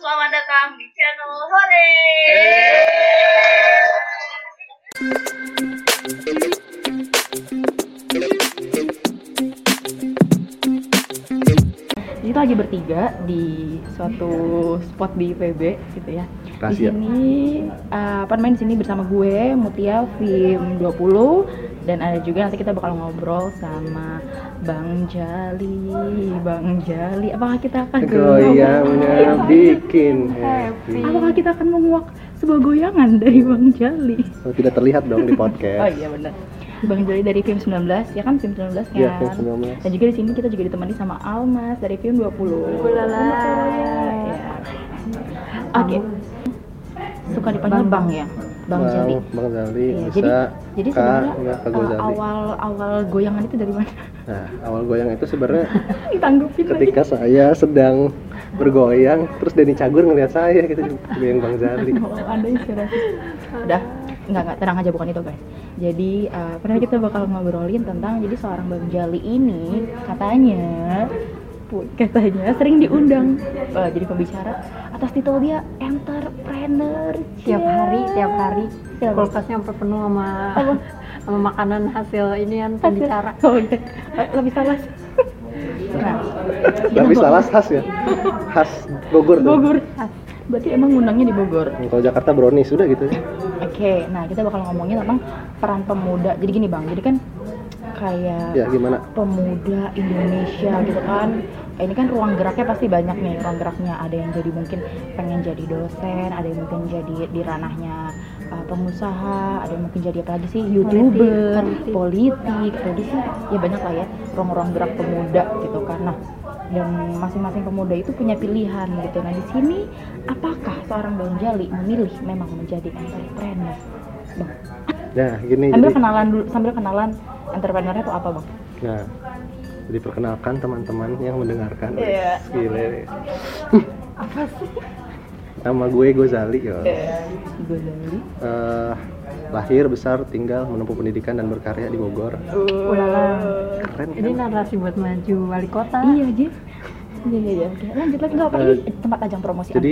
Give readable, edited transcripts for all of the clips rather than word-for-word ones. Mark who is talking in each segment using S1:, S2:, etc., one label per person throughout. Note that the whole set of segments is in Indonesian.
S1: selamat datang di channel Hore.
S2: Kita lagi bertiga di suatu spot di IPB gitu ya. Di
S3: Rahasia.
S2: sini main di sini bersama gue Mutia Film 20 dan ada juga nanti kita bakal ngobrol sama Bang Jali. Apakah kita akan
S3: Goyangnya bikin happy.
S2: Apakah kita akan menguak sebuah goyangan dari Bang Jali?
S3: Oh, tidak terlihat dong di podcast.
S2: Oh iya benar. Bang Jali dari Film 19, ya kan Film 19 kan?
S3: Iya, Film 19.
S2: Dan juga di sini kita juga ditemani sama Almas dari Film 20.
S1: Ulala.
S2: Ya. Oke. Suka dipanggil Bang ya? Bang Jali.
S3: Bang Jali,
S2: Iya,
S3: bisa
S2: jadi
S3: Kak,
S2: sebenarnya
S3: Kak Gozali.
S2: awal goyangan itu dari mana?
S3: Nah, awal goyang itu sebenarnya
S2: Ditanggupin
S3: ketika saya sedang bergoyang, terus Denny Cagur ngeliat saya gitu, goyang Bang Jali.
S2: Oh, ada inspirasi. Udah, enggak, tenang aja, bukan itu guys. Jadi, pernah kita bakal ngobrolin tentang jadi seorang Bang Jali ini katanya sering diundang jadi pembicara atas titel dia entrepreneur.
S4: tiap hari
S2: Tiap
S4: kulkasnya sampai penuh sama makanan hasil ini kan pembicara.
S2: Oh iya, lebih salah. Nah,
S3: Tapi salah khas ya, khas Bogor tuh.
S2: Bogor. Berarti emang ngundangnya di Bogor.
S3: Kalau Jakarta brownies sudah gitu ya.
S2: Oke, nah kita bakal ngomongin tentang peran pemuda. Jadi gini Bang, jadi kan kayak
S3: Ya gimana?
S2: pemuda Indonesia gitu kan. Ini kan ruang geraknya pasti banyak nih, ruang geraknya. Ada yang jadi mungkin pengen jadi dosen, ada yang mungkin jadi di ranahnya pengusaha, ada yang mungkin jadi apa lagi sih, YouTuber, politik, sih ya banyak lah ya ruang-ruang gerak pemuda gitu kan. Nah, dan masing-masing pemuda itu punya pilihan gitu. Nah di sini apakah seorang Bang Jali memilih memang menjadi entrepreneur, Bang?
S3: Nah, gini
S2: Sambil kenalan entrepreneur itu apa, Bang?
S3: Nah, diperkenalkan teman-teman yang mendengarkan.
S2: Iya.
S3: Gile nih.
S2: Apa sih?
S3: Nama gue Gozali ya.
S2: Gozali.
S3: Lahir, besar, tinggal, menempuh pendidikan dan berkarya di Bogor.
S4: Ulala.
S3: Keren
S4: Ini
S3: kan?
S4: narasi buat maju wali kota.
S2: Iya, Ji. Iya. Oke. Lanjut lagi enggak apa ini tempat ajang promosi.
S3: Jadi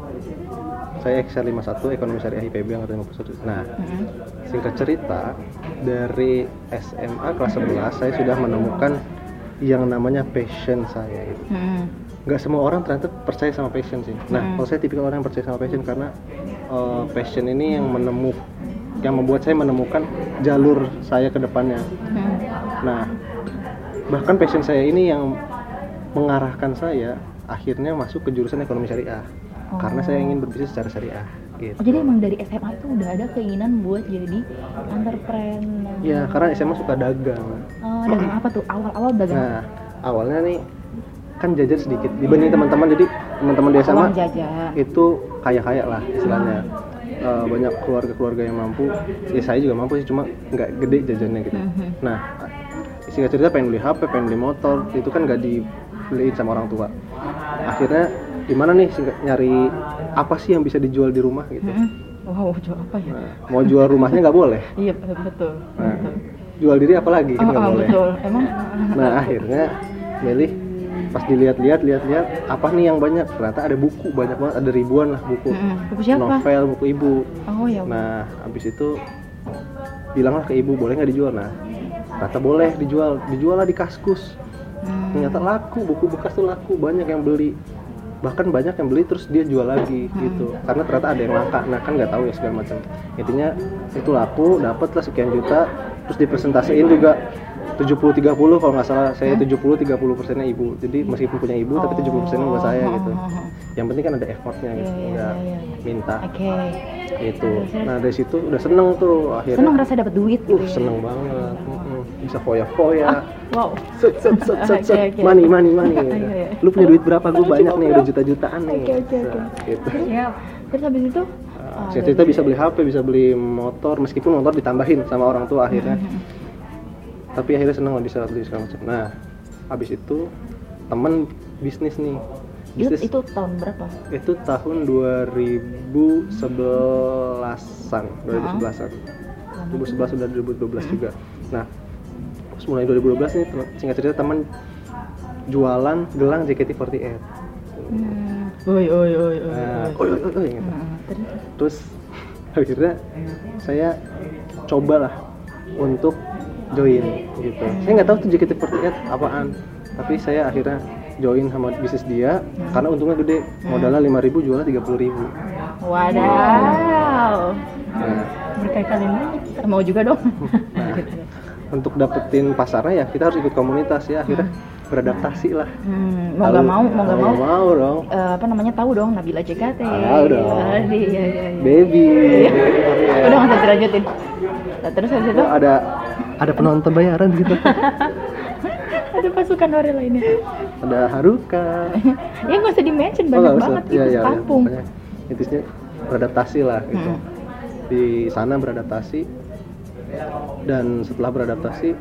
S3: saya XR 51 Ekonomi Syariah IPB angkatan 51. Nah, singkat cerita, dari SMA kelas 11 saya sudah menemukan yang namanya passion saya itu. Nggak semua orang ternyata percaya sama passion sih. Nah, kalau saya tipikal orang yang percaya sama passion karena passion ini yang membuat saya menemukan jalur saya ke depannya. Nah, bahkan passion saya ini yang mengarahkan saya akhirnya masuk ke jurusan ekonomi syariah. Karena saya ingin berbisnis secara syariah gitu.
S2: Oh, jadi emang dari SMA itu udah ada keinginan buat jadi entrepreneur.
S3: Ya, karena SMA suka dagang.
S2: Oh, dagang apa tuh? Awal-awal dagang.
S3: Nah, awalnya nih kan jajan sedikit dibanding teman-teman, jadi teman-teman di SMA
S2: Uang jajan.
S3: itu kaya lah istilahnya. Banyak keluarga yang mampu, ya saya juga mampu sih, cuma nggak gede jajannya gitu. Nah, singkat cerita pengen beli HP, pengen beli motor, itu kan nggak dibeliin sama orang tua. Akhirnya gimana nih nyari apa sih yang bisa dijual di rumah gitu.
S2: Wow, jual apa ya?
S3: Nah, mau jual rumahnya nggak boleh.
S2: Iya, betul.
S3: Nah, jual diri apalagi kan nggak boleh.
S2: Betul. Emang
S3: Nah, akhirnya milih, pas dilihat apa nih yang banyak, ternyata ada buku banyak banget, ada ribuan lah buku.
S2: Buku siapa?
S3: Novel, buku ibu.
S2: Oh ya.
S3: Nah, habis itu bilanglah ke ibu, boleh nggak dijual? Nah, ternyata boleh dijual lah di Kaskus. Ternyata laku, buku bekas tuh laku, banyak yang beli, bahkan banyak yang beli terus dia jual lagi gitu, karena ternyata ada yang langka. Nah, kan nggak tahu ya segala macam. Intinya itu laku, dapat lah sekian juta, terus dipresentasiin juga 70-30 kalau nggak salah. Saya 70-30%-nya ibu, jadi meskipun punya ibu tapi 70%-nya buat saya gitu. Yang penting kan ada effortnya gitu, nggak minta.
S2: Oke.
S3: Itu. Nah, dari situ udah seneng tuh akhirnya.
S2: Seneng rasa dapat duit gitu.
S3: Seneng banget. Bisa foya-foya.
S2: Wow.
S3: Set.
S2: Okay.
S3: Money.
S2: Iya.
S3: Lu punya duit berapa? Gue banyak nih, udah juta-jutaan nih.
S2: Oke.
S3: Gitu.
S4: Siap.
S2: Terus habis itu
S3: Kita bisa beli HP, bisa beli motor, meskipun motor ditambahin sama orang tua akhirnya. Tapi akhirnya seneng lah bisa beli segala macam. Nah, habis itu temen bisnis nih.
S2: itu tahun berapa?
S3: Itu tahun 2011-an. 2011 udah 2012 juga. Nah, pas mulai 2012 nih, singkat cerita teman jualan gelang JKT48.
S2: Oi.
S3: Gitu. Terus akhirnya saya cobalah untuk join gitu. Saya nggak tahu tuh JKT48 apaan, tapi saya akhirnya join sama bisnis dia karena untungnya gede, modalnya 5.000 jualnya 30.000.
S2: Wadaw.
S3: Nah,
S4: Berkali-kali banyak.
S2: Mau juga dong.
S3: nah, untuk dapetin pasarnya ya kita harus ikut komunitas ya, akhirnya beradaptasi lah.
S2: Mau nggak mau
S3: Mau dong.
S2: apa namanya, tahu dong Nabila JKT.
S3: Tahu dong.
S2: Iya.
S3: Baby.
S2: Udah nggak usah dilanjutin. Nah, terus habis itu
S3: Ada penonton bayaran gitu.
S2: ada pasukan Nori lainnya.
S3: Ada Haruka.
S2: Ya nggak usah di-mention,
S3: Oh,
S2: banyak
S3: nggak usah.
S2: banget
S3: Iya,
S2: itu
S3: iya,
S2: kampung.
S3: pokoknya intinya beradaptasi lah gitu. Di sana beradaptasi, dan setelah beradaptasi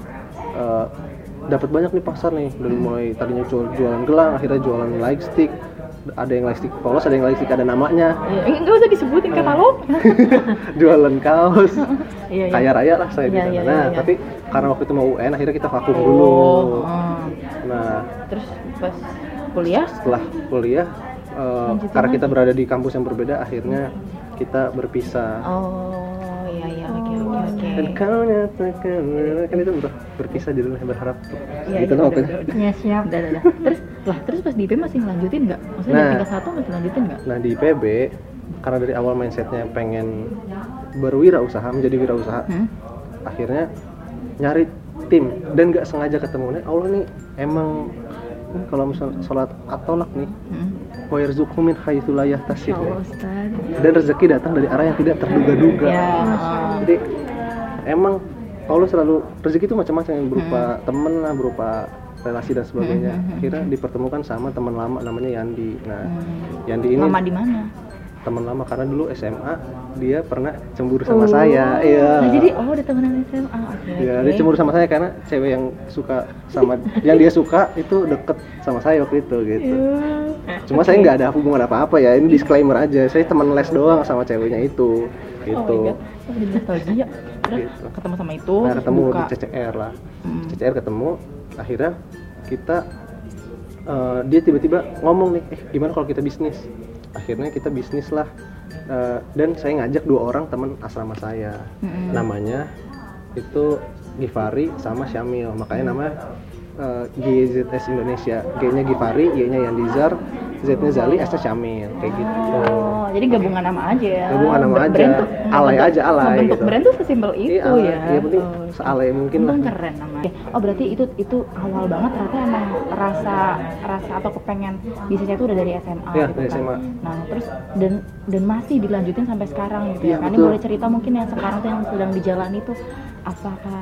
S3: dapat banyak nih pasar nih, dari mulai tadinya jualan gelang, akhirnya jualan lightstick. Ada yang lightstick polos, ada yang lightstick ada namanya.
S2: Iya, nggak usah disebutin katalog.
S3: Jualan kaos.
S2: Iya.
S3: Kaya raya lah saya di
S2: Iya,
S3: sana.
S2: iya,
S3: Nah,
S2: iya.
S3: tapi karena waktu itu mau UN akhirnya kita vakum dulu. Nah,
S2: Terus pas kuliah,
S3: setelah kuliah
S2: Lanjutin
S3: karena
S2: lagi.
S3: kita berada di kampus yang berbeda, akhirnya kita berpisah.
S2: iya, oke.
S3: Dan kau nyatakan, kan itu berpisah judulnya, berharap
S2: Iya,
S3: gitu
S2: iya,
S3: loh
S2: udah.
S3: pokoknya.
S4: Ya siap.
S2: Udah. Terus pas di IP masih ngelanjutin nggak? Maksudnya
S3: Nah.
S2: di tingkat 1 masih lanjutin nggak?
S3: Nah di IPB, karena dari awal mindsetnya pengen berwirausaha, menjadi wirausaha, akhirnya nyari tim dan nggak sengaja ketemu nih. Allah nih emang ini kalau misalnya sholat atolak nih, wa yarzuqhu min haitsu la yahtasib.
S4: Ya Allah, Ustaz.
S3: Dan rezeki datang dari arah yang tidak terduga-duga.
S2: Ya.
S3: Jadi emang Allah selalu rezeki itu macam-macam, yang berupa temen lah, berupa relasi dan sebagainya. Akhirnya dipertemukan sama teman lama namanya Yandi. Nah, Yandi ini
S2: Lama di mana?
S3: teman lama karena dulu SMA dia pernah cemburu sama saya. Iya.
S2: Nah, jadi udah temenan SMA. Oke.
S3: Ya, dia cemburu sama saya karena cewek yang suka sama yang dia suka itu deket sama saya waktu itu gitu. Cuma saya nggak ada hubungan apa-apa ya, ini disclaimer aja. Saya teman les doang sama ceweknya itu. Gitu.
S2: Oh my god. Jadi nostalgia. Terus
S3: Gitu.
S2: ketemu sama itu,
S3: Nah,
S2: terus
S3: ketemu
S2: buka.
S3: di CCR lah. CCR ketemu, akhirnya kita dia tiba-tiba ngomong nih, gimana kalau kita bisnis? Akhirnya kita bisnis lah. Dan saya ngajak 2 orang teman asrama saya. Namanya itu Givari sama Syamil. Makanya namanya GZS Indonesia. G-nya Givari, Y-nya Yandizar, Z-nya Zali, S-nya Syamil. Kayak gitu.
S2: Oh, jadi gabungan nama aja ya.
S3: Gabungan nama aja.
S2: Brand tuh,
S3: Alay aja, alay
S2: Bentuk
S3: gitu.
S2: brand tuh sesimpel itu ya.
S3: Iya, penting sealay mungkin lah.
S2: Untung keren namanya. Oh, berarti itu awal banget ternyata emang rasa atau kepengen bisnisnya itu udah dari SMA
S3: Iya,
S2: gitu
S3: dari
S2: kan.
S3: SMA.
S2: Nah, terus dan masih dilanjutin sampai sekarang gitu
S3: Iya,
S2: ya. Kan ini
S3: betul.
S2: boleh cerita mungkin yang sekarang tuh yang sedang dijalani tuh apa Kak?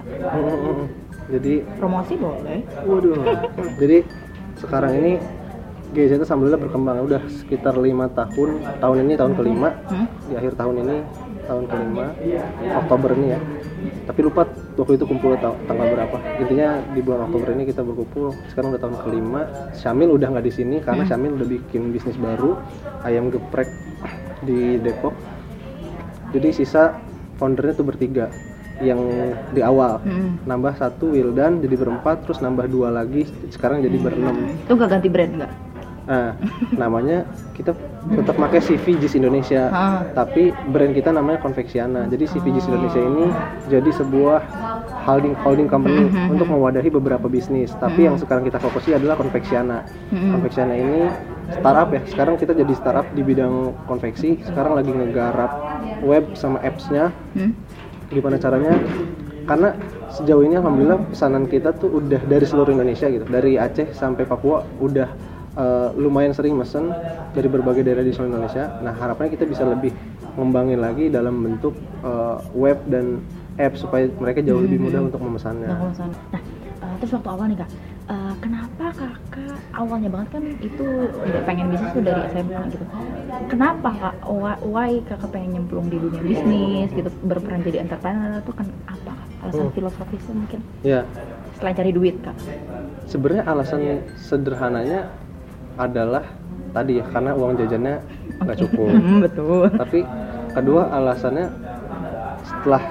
S3: Jadi
S2: Promosi boleh.
S3: waduh. Jadi sekarang ini GZ itu alhamdulillah berkembang udah sekitar 5 tahun. Tahun ini tahun kelima. Di akhir tahun ini tahun kelima, Oktober ini ya. Tapi lupa waktu itu kumpul tanggal berapa. Intinya di bulan Oktober ini kita berkumpul. Sekarang udah tahun kelima. Syamil udah nggak di sini karena Syamil udah bikin bisnis baru, ayam geprek di Depok. Jadi sisa foundernya tuh bertiga. Yang di awal nambah 1 Wildan jadi berempat, terus nambah 2 lagi sekarang jadi berenam.
S2: Itu gak ganti brand nggak?
S3: Nah, namanya kita tetap pakai CV JIS Indonesia, tapi brand kita namanya Konveksiana. Jadi CV JIS Indonesia ini jadi sebuah holding company untuk mewadahi beberapa bisnis. Tapi yang sekarang kita fokusi adalah Konveksiana. Konveksiana ini startup ya. Sekarang kita jadi startup di bidang konveksi. Sekarang lagi ngegarap web sama apps-nya. Gimana caranya? Karena sejauh ini alhamdulillah pesanan kita tuh udah dari seluruh Indonesia gitu, dari Aceh sampai Papua udah lumayan sering mesen dari berbagai daerah di seluruh Indonesia. Nah harapannya kita bisa lebih ngembangin lagi dalam bentuk web dan app supaya mereka jauh lebih mudah untuk memesannya.
S2: Nah, terus waktu awal nih Kak, kenapa Kakak awalnya banget kan itu udah pengen bisnis tuh dari SMA gitu. Kenapa Kak? Why Kakak pengen nyemplung di dunia bisnis gitu, berperan jadi entrepreneur itu kan apa Kak? Alasan filosofisnya mungkin?
S3: Ya,
S2: Selain cari duit Kak?
S3: sebenarnya alasan sederhananya adalah tadi ya, karena uang jajannya nggak cukup.
S2: Betul.
S3: Tapi kedua alasannya setelah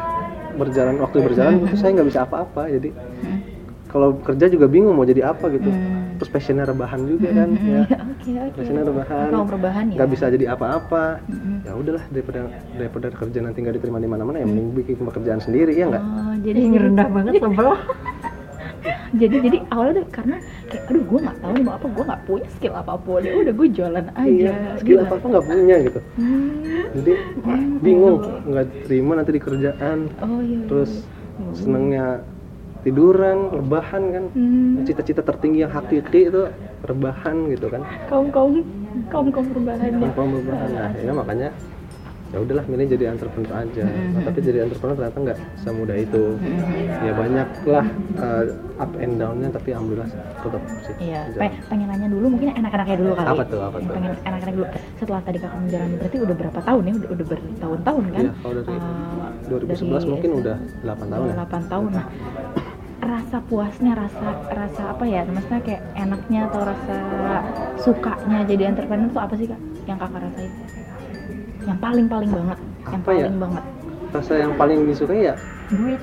S3: waktu berjalan itu saya nggak bisa apa-apa, jadi kalau kerja juga bingung mau jadi apa gitu. terus passionnya rebahan juga kan ya.
S2: Oke.
S3: Passionnya rebahan.
S2: Kaum rebahan ya.
S3: Nggak bisa jadi apa-apa. Ya udahlah daripada kerja nanti nggak diterima di mana-mana ya mending bikin pekerjaan sendiri ya nggak?
S2: Oh, jadi
S4: Ngerendah banget sebel.
S2: jadi awalnya tuh karena kayak aduh gue nggak tahu nih mau apa, gue nggak punya skill apapun, ya udah gue jualan aja.
S3: Iya, skill
S2: gitu.
S3: apa nggak punya gitu. Jadi bingung nggak terima nanti di kerjaan.
S2: Oh iya.
S3: Terus senengnya tiduran, rebahan kan. Cita-cita tertinggi yang hakiki itu rebahan gitu kan.
S2: kaum perubahan ya.
S3: Tanpa rebahan. Nah, ya makanya ya udahlah milih jadi entrepreneur aja. Nah, tapi jadi entrepreneur ternyata nggak semudah itu. Ya banyak lah up and down-nya, tapi alhamdulillah tetap sih.
S2: Iya,
S3: jalan.
S2: pengen nanya dulu mungkin enak-enaknya dulu kali.
S3: Apa tuh?
S2: Pengen enak-enak dulu. Setelah tadi kakak menjalani berarti udah berapa tahun ya? Udah bertahun-tahun kan?
S3: Iya, kalau dari 2011 mungkin udah 8 tahun ya.
S2: 8 tahun. Nah, rasa puasnya, rasa apa ya? Maksudnya kayak enaknya atau rasa sukanya jadi entrepreneur tuh apa sih Kak? Yang kakak rasain? Yang paling banget. Yang
S3: Apa ya?
S2: paling banget.
S3: Rasa yang paling disukai ya
S2: Duit.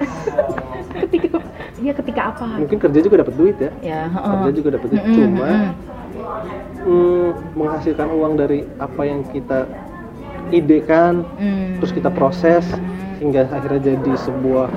S2: ketika apa?
S3: mungkin kerja juga dapat duit ya.
S2: Ya,
S3: Kerja juga dapat duit, cuma menghasilkan uang dari apa yang kita idekan, terus kita proses hingga akhirnya jadi sebuah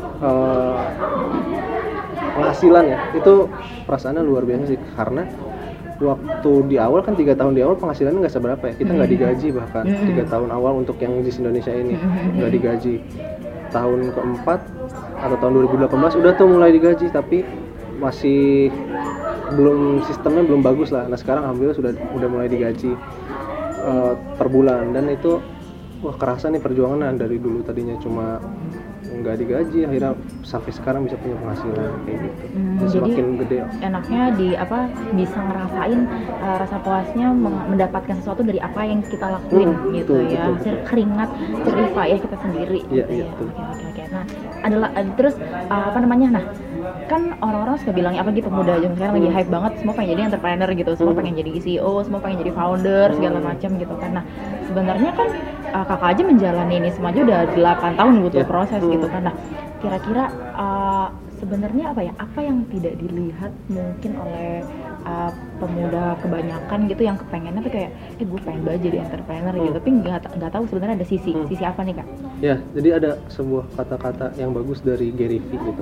S3: penghasilan ya, itu perasaannya luar biasa sih. Karena waktu di awal kan 3 tahun di awal penghasilannya nggak seberapa ya, kita nggak digaji bahkan 3 tahun awal untuk yang di Indonesia ini nggak digaji. Tahun keempat atau tahun 2018 udah tuh mulai digaji, tapi masih belum, sistemnya belum bagus lah. Nah sekarang alhamdulillah udah mulai digaji per bulan, dan itu wah kerasa nih perjuangan dari dulu tadinya cuma nggak digaji, akhirnya sampai sekarang bisa punya penghasilan kayak gitu. Dan semakin
S2: jadi
S3: gede.
S2: enaknya di apa bisa ngerasain rasa puasnya mendapatkan sesuatu dari apa yang kita lakuin gitu
S3: betul,
S2: ya.
S3: betul.
S2: Hasil keringat jerih payah kita sendiri
S3: Iya,
S2: gitu
S3: iya,
S2: ya.
S3: betul.
S2: Oke. Nah, terus apa namanya? Nah, kan orang-orang suka bilangnya apa gitu, pemuda zaman sekarang lagi hype banget, semua pengen jadi entrepreneur gitu, semua pengen jadi CEO, semua pengen jadi founder segala macam gitu kan. Nah, sebenarnya kan kakak aja menjalani ini semua aja udah 8 tahun butuh proses gitu kan. Nah, kira-kira sebenarnya apa ya? Apa yang tidak dilihat mungkin oleh pemuda kebanyakan gitu yang kepengennya tuh kayak gue pengen banget jadi entrepreneur gitu, tapi nggak tahu sebenarnya ada sisi apa nih Kak?
S3: Ya, jadi ada sebuah kata-kata yang bagus dari Gary V gitu.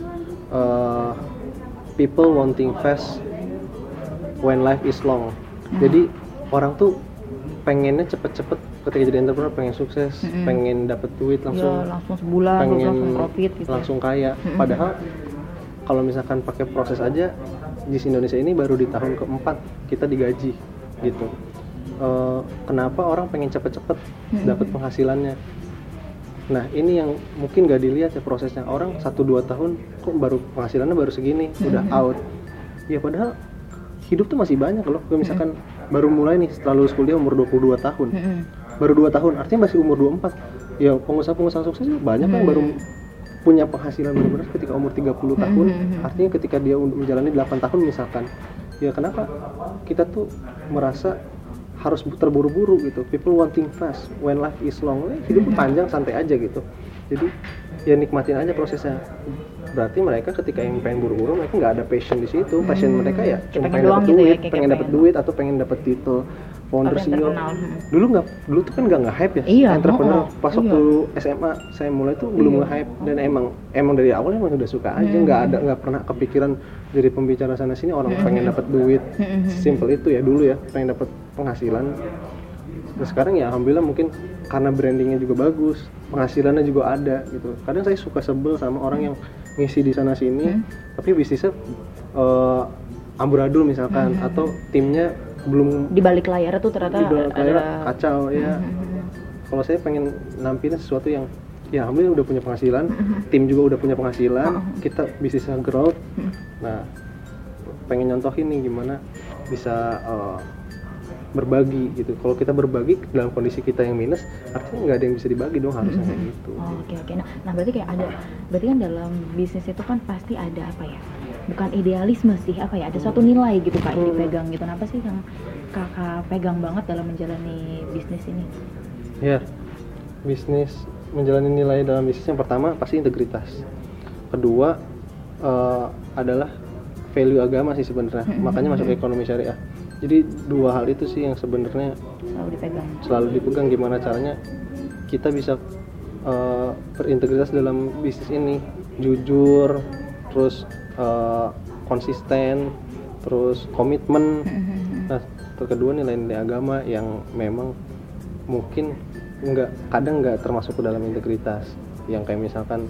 S3: People wanting fast when life is long. Jadi orang tuh pengennya cepet-cepet ketika jadi entrepreneur, pengen sukses, pengen dapet duit langsung,
S2: Ya, langsung sebulan,
S3: pengen
S2: langsung profit gitu.
S3: langsung kaya. Padahal kalau misalkan pakai proses aja, di Indonesia ini baru di tahun keempat kita digaji gitu. Kenapa orang pengen cepet-cepet dapat penghasilannya? Nah ini yang mungkin gak dilihat ya prosesnya. Orang 1-2 tahun kok baru penghasilannya baru segini, udah out. Ya padahal hidup tuh masih banyak loh. Kalau misalkan baru mulai nih setelah lulus kuliah umur 22 tahun, baru 2 tahun, artinya masih umur 24. Ya pengusaha-pengusaha sukses juga banyak yang baru punya penghasilan benar-benar ketika umur 30 tahun. Artinya ketika dia menjalani 8 tahun misalkan. Ya kenapa kita tuh merasa harus terburu-buru gitu. People wanting fast when life is long. Hidup panjang, santai aja gitu. Jadi ya nikmatin aja prosesnya. Berarti mereka ketika yang pengen buru-buru, mereka nggak ada passion di situ. Passion mereka ya cuma pengen dapat
S2: gitu
S3: duit,
S2: ya,
S3: pengen dapat duit atau pengen dapat titel founder CEO. Dulu tuh kan nggak nge-hype ya.
S2: Iya,
S3: Entrepreneur pas waktu SMA saya mulai tuh belum nge-hype, dan emang dari awal emang udah suka aja, nggak pernah kepikiran jadi pembicara sana sini orang pengen dapat duit. Simple itu ya dulu ya, pengen dapat penghasilan. Nah sekarang ya alhamdulillah mungkin karena brandingnya juga bagus, penghasilannya juga ada gitu. Kadang saya suka sebel sama orang yang ngisi di sana sini, tapi bisnisnya amburadul misalkan, atau timnya belum
S2: Di balik layar tuh ternyata ada
S3: kacau ya. Kalau saya pengen nampilin sesuatu yang ya alhamdulillah udah punya penghasilan, tim juga udah punya penghasilan, kita bisnisnya growth. Nah pengen nyontohin nih gimana bisa berbagi gitu. Kalau kita berbagi dalam kondisi kita yang minus, artinya nggak ada yang bisa dibagi dong, harusnya kayak gitu.
S2: Oke. Nah berarti kayak berarti kan dalam bisnis itu kan pasti ada apa ya? Bukan idealisme sih, apa ya? Ada suatu nilai gitu Kak yang dipegang gitu. Nah, apa sih yang Kakak pegang banget dalam menjalani bisnis ini?
S3: Ya, bisnis, menjalani nilai dalam bisnis yang pertama pasti integritas. Kedua adalah value agama sih sebenarnya, makanya masuk ekonomi syariah. Jadi dua hal itu sih yang sebenarnya selalu dipegang gimana caranya kita bisa berintegritas dalam bisnis ini, jujur, terus konsisten, terus komitmen. Nah, kedua nilai-nilai agama yang memang mungkin kadang nggak termasuk ke dalam integritas, yang kayak misalkan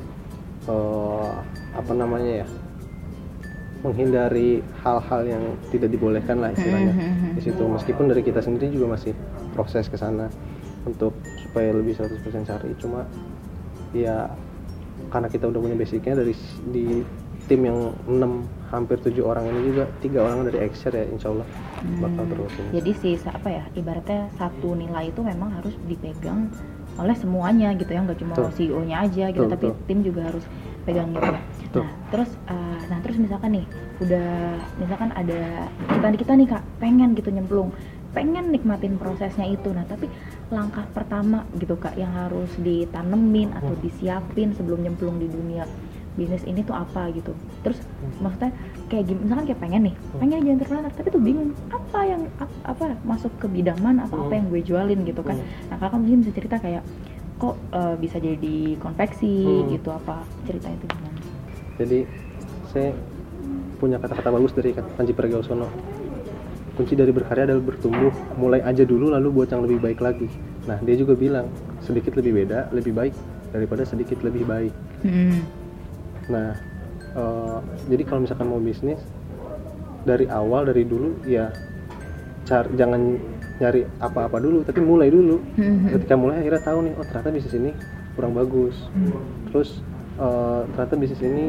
S3: menghindari hal-hal yang tidak dibolehkan lah istilahnya di situ. Meskipun dari kita sendiri juga masih proses ke sana untuk supaya lebih 100% syar'i, cuma ya karena kita udah punya basicnya di tim yang 7 orang ini juga 3 orang dari Exshare ya, insya Allah bakal terus.
S2: Jadi ibaratnya satu nilai itu memang harus dipegang oleh semuanya gitu ya, nggak cuma CEO-nya aja gitu, tapi tim juga harus pegang gitu ya. Nah terus misalkan nih misalkan ada kita nih Kak pengen gitu nyemplung, pengen nikmatin prosesnya itu, nah tapi langkah pertama gitu Kak yang harus ditanemin atau disiapin sebelum nyemplung di dunia bisnis ini tuh apa gitu. Terus maksudnya kayak misalkan kayak pengen jadi entrepreneur tapi tuh bingung apa masuk ke bidang mana atau apa yang gue jualin gitu kan. Nah Kakak mungkin bisa cerita kayak kok bisa jadi konveksi gitu, apa cerita itu gimana?
S3: Jadi saya punya kata-kata bagus dari Panji Pragiwaksono. Kunci dari berkarya adalah bertumbuh, mulai aja dulu lalu buat yang lebih baik lagi. Nah dia juga bilang sedikit lebih beda lebih baik daripada sedikit lebih baik. Nah jadi kalau misalkan mau bisnis dari awal dari dulu ya jangan nyari apa-apa dulu, tapi mulai dulu. Ketika mulai akhirnya tahu nih, oh ternyata bisnis ini kurang bagus. Terus ternyata bisnis ini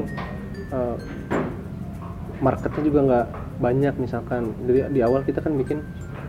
S3: marketnya juga nggak banyak misalkan. Jadi di awal kita kan bikin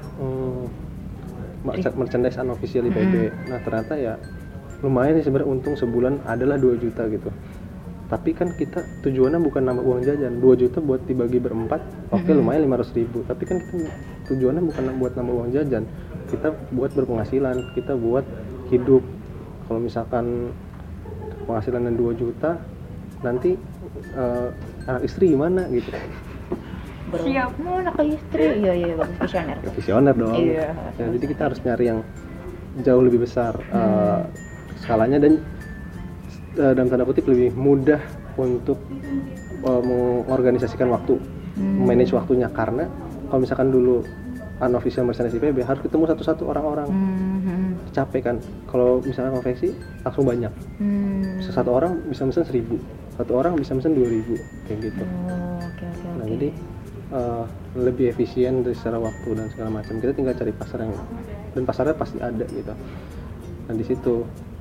S3: merchandise unofficial IPB. Nah ternyata ya lumayan sih sebenarnya, untung sebulan adalah 2 juta gitu. Tapi kan kita tujuannya bukan nambah uang jajan, 2 juta buat dibagi berempat, oke, lumayan 500.000. Tapi kan kita tujuannya bukan buat nambah uang jajan, kita buat berpenghasilan, kita buat hidup. Kalau misalkan penghasilannya 2 juta, nanti anak istri gimana gitu.
S1: Siap.
S2: Mau anak istri, iya bagus, visioner.
S3: Ya, visioner dong.
S2: Iya.
S3: Ya, jadi kita harus nyari yang jauh lebih besar skalanya dan dalam tanda kutip lebih mudah untuk mengorganisasikan waktu, manage waktunya. Karena kalau misalkan dulu unofficial merchandise IPB harus ketemu satu-satu orang-orang, capek kan. Kalau misalnya konveksi langsung banyak, satu orang bisa mesen 1.000, satu orang bisa mesen 2.000 kayak gitu. Nah jadi lebih efisien dari secara waktu dan segala macam. Kita tinggal cari pasar dan pasarnya pasti ada gitu. Nah di situ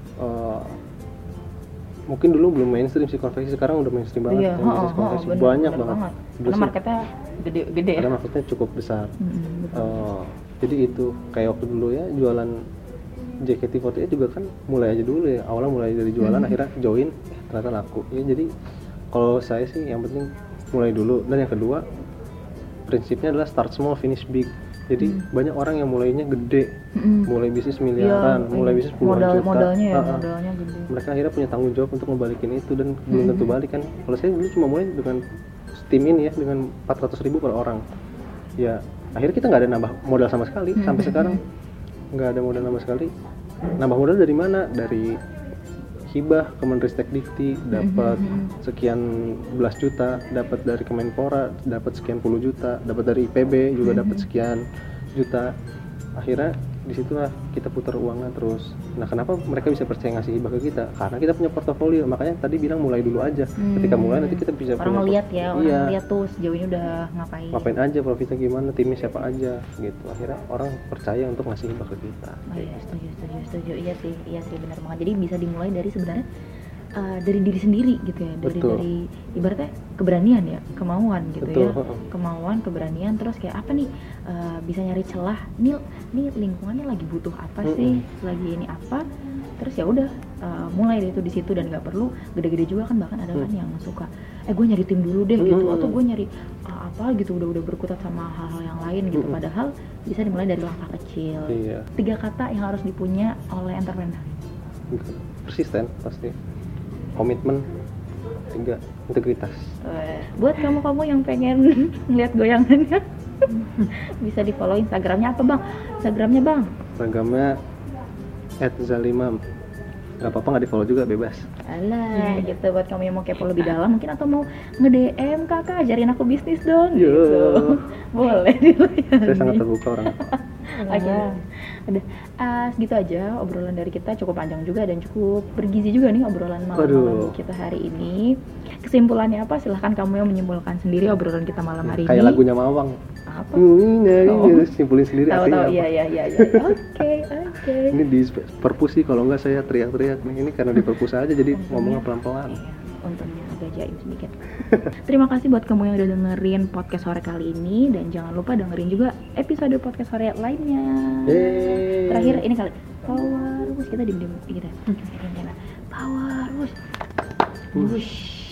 S3: mungkin dulu belum mainstream sih konveksi, sekarang udah mainstream banget. Konveksi banyak banget.
S2: Karena marketnya gede ya.
S3: Karena marketnya cukup besar. Jadi itu kayak waktu dulu ya jualan JKT48 juga kan mulai aja dulu ya, awalnya mulai dari jualan, akhirnya join, ternyata laku. Ya jadi kalau saya sih yang penting mulai dulu, dan yang kedua prinsipnya adalah start small finish big. Jadi banyak orang yang mulainya gede, mulai bisnis miliaran, mulai bisnis puluhan juta.
S2: Modalnya gede.
S3: Mereka akhirnya punya tanggung jawab untuk membalikin itu, dan belum tentu balik kan. Kalau saya dulu cuma mulai dengan tim ini ya, dengan 400.000 per orang. Ya akhirnya kita nggak ada nambah modal sama sekali, sampai sekarang nggak ada modal sama sekali. Nambah modal dari mana? Dari hibah Kemenristek Dikti dapat sekian belas juta, dapat dari Kemenpora dapat sekian puluh juta, dapat dari IPB juga dapat sekian juta. Akhirnya disitulah kita putar uangnya terus. Nah kenapa mereka bisa percaya ngasih hibah ke kita? Karena kita punya portofolio. Makanya tadi bilang mulai dulu aja. Ketika mulai nanti kita bisa
S2: orang ngeliat ya, orang lihat tuh sejauh ini udah
S3: ngapain aja, profitnya gimana, timnya siapa aja gitu. Akhirnya orang percaya untuk ngasih hibah ke kita.
S2: Setuju. Iya sih benar banget. Jadi bisa dimulai dari sebenarnya dari diri sendiri gitu ya, dari ibaratnya keberanian ya, kemauan gitu. Betul. Ya, kemauan, keberanian, terus kayak apa nih, bisa nyari celah, nih lingkungannya lagi butuh apa sih, lagi ini apa, terus ya udah mulai dari itu di situ, dan nggak perlu gede-gede juga kan. Bahkan ada kan yang suka gue nyari tim dulu deh gitu, atau gue nyari apa gitu, udah berkutat sama hal-hal yang lain gitu. Padahal bisa dimulai dari langkah kecil. 3 kata yang harus dipunya oleh entrepreneur.
S3: Persisten pasti, komitmen, ketiga integritas.
S2: Buat kamu yang pengen ngeliat goyangannya bisa di follow Instagramnya apa bang? Instagramnya bang?
S3: Instagramnya @zalima. Gak apa-apa nggak di follow juga, bebas.
S2: Alah, gitu buat kamu yang mau kepo lebih dalam mungkin atau mau nge-DM kakak ajarin aku bisnis dong
S3: Yo.
S2: gitu. Boleh dilayani.
S3: Saya sangat terbuka orang.
S2: Oke. Udah gitu aja obrolan dari kita, cukup panjang juga dan cukup bergizi juga nih obrolan malam kita hari ini. Kesimpulannya apa? Silahkan kamu yang menyimpulkan sendiri obrolan kita malam hari
S3: Kayak
S2: ini.
S3: lagunya Mawang.
S2: Apa?
S3: Simpulin sendiri artinya
S2: Tahu
S3: apa.
S2: iya. Oke.
S3: Ini di perpus sih, kalau nggak saya teriak-teriak nih. Ini karena di perpus aja jadi ngomongnya pelan-pelan.
S2: Iya, untungnya agak jaim sedikit. Terima kasih buat kamu yang udah dengerin podcast sore kali ini dan jangan lupa dengerin juga episode podcast sore lainnya. Terakhir ini kali Power Wush, kita diem-diem gitu. Power Wush.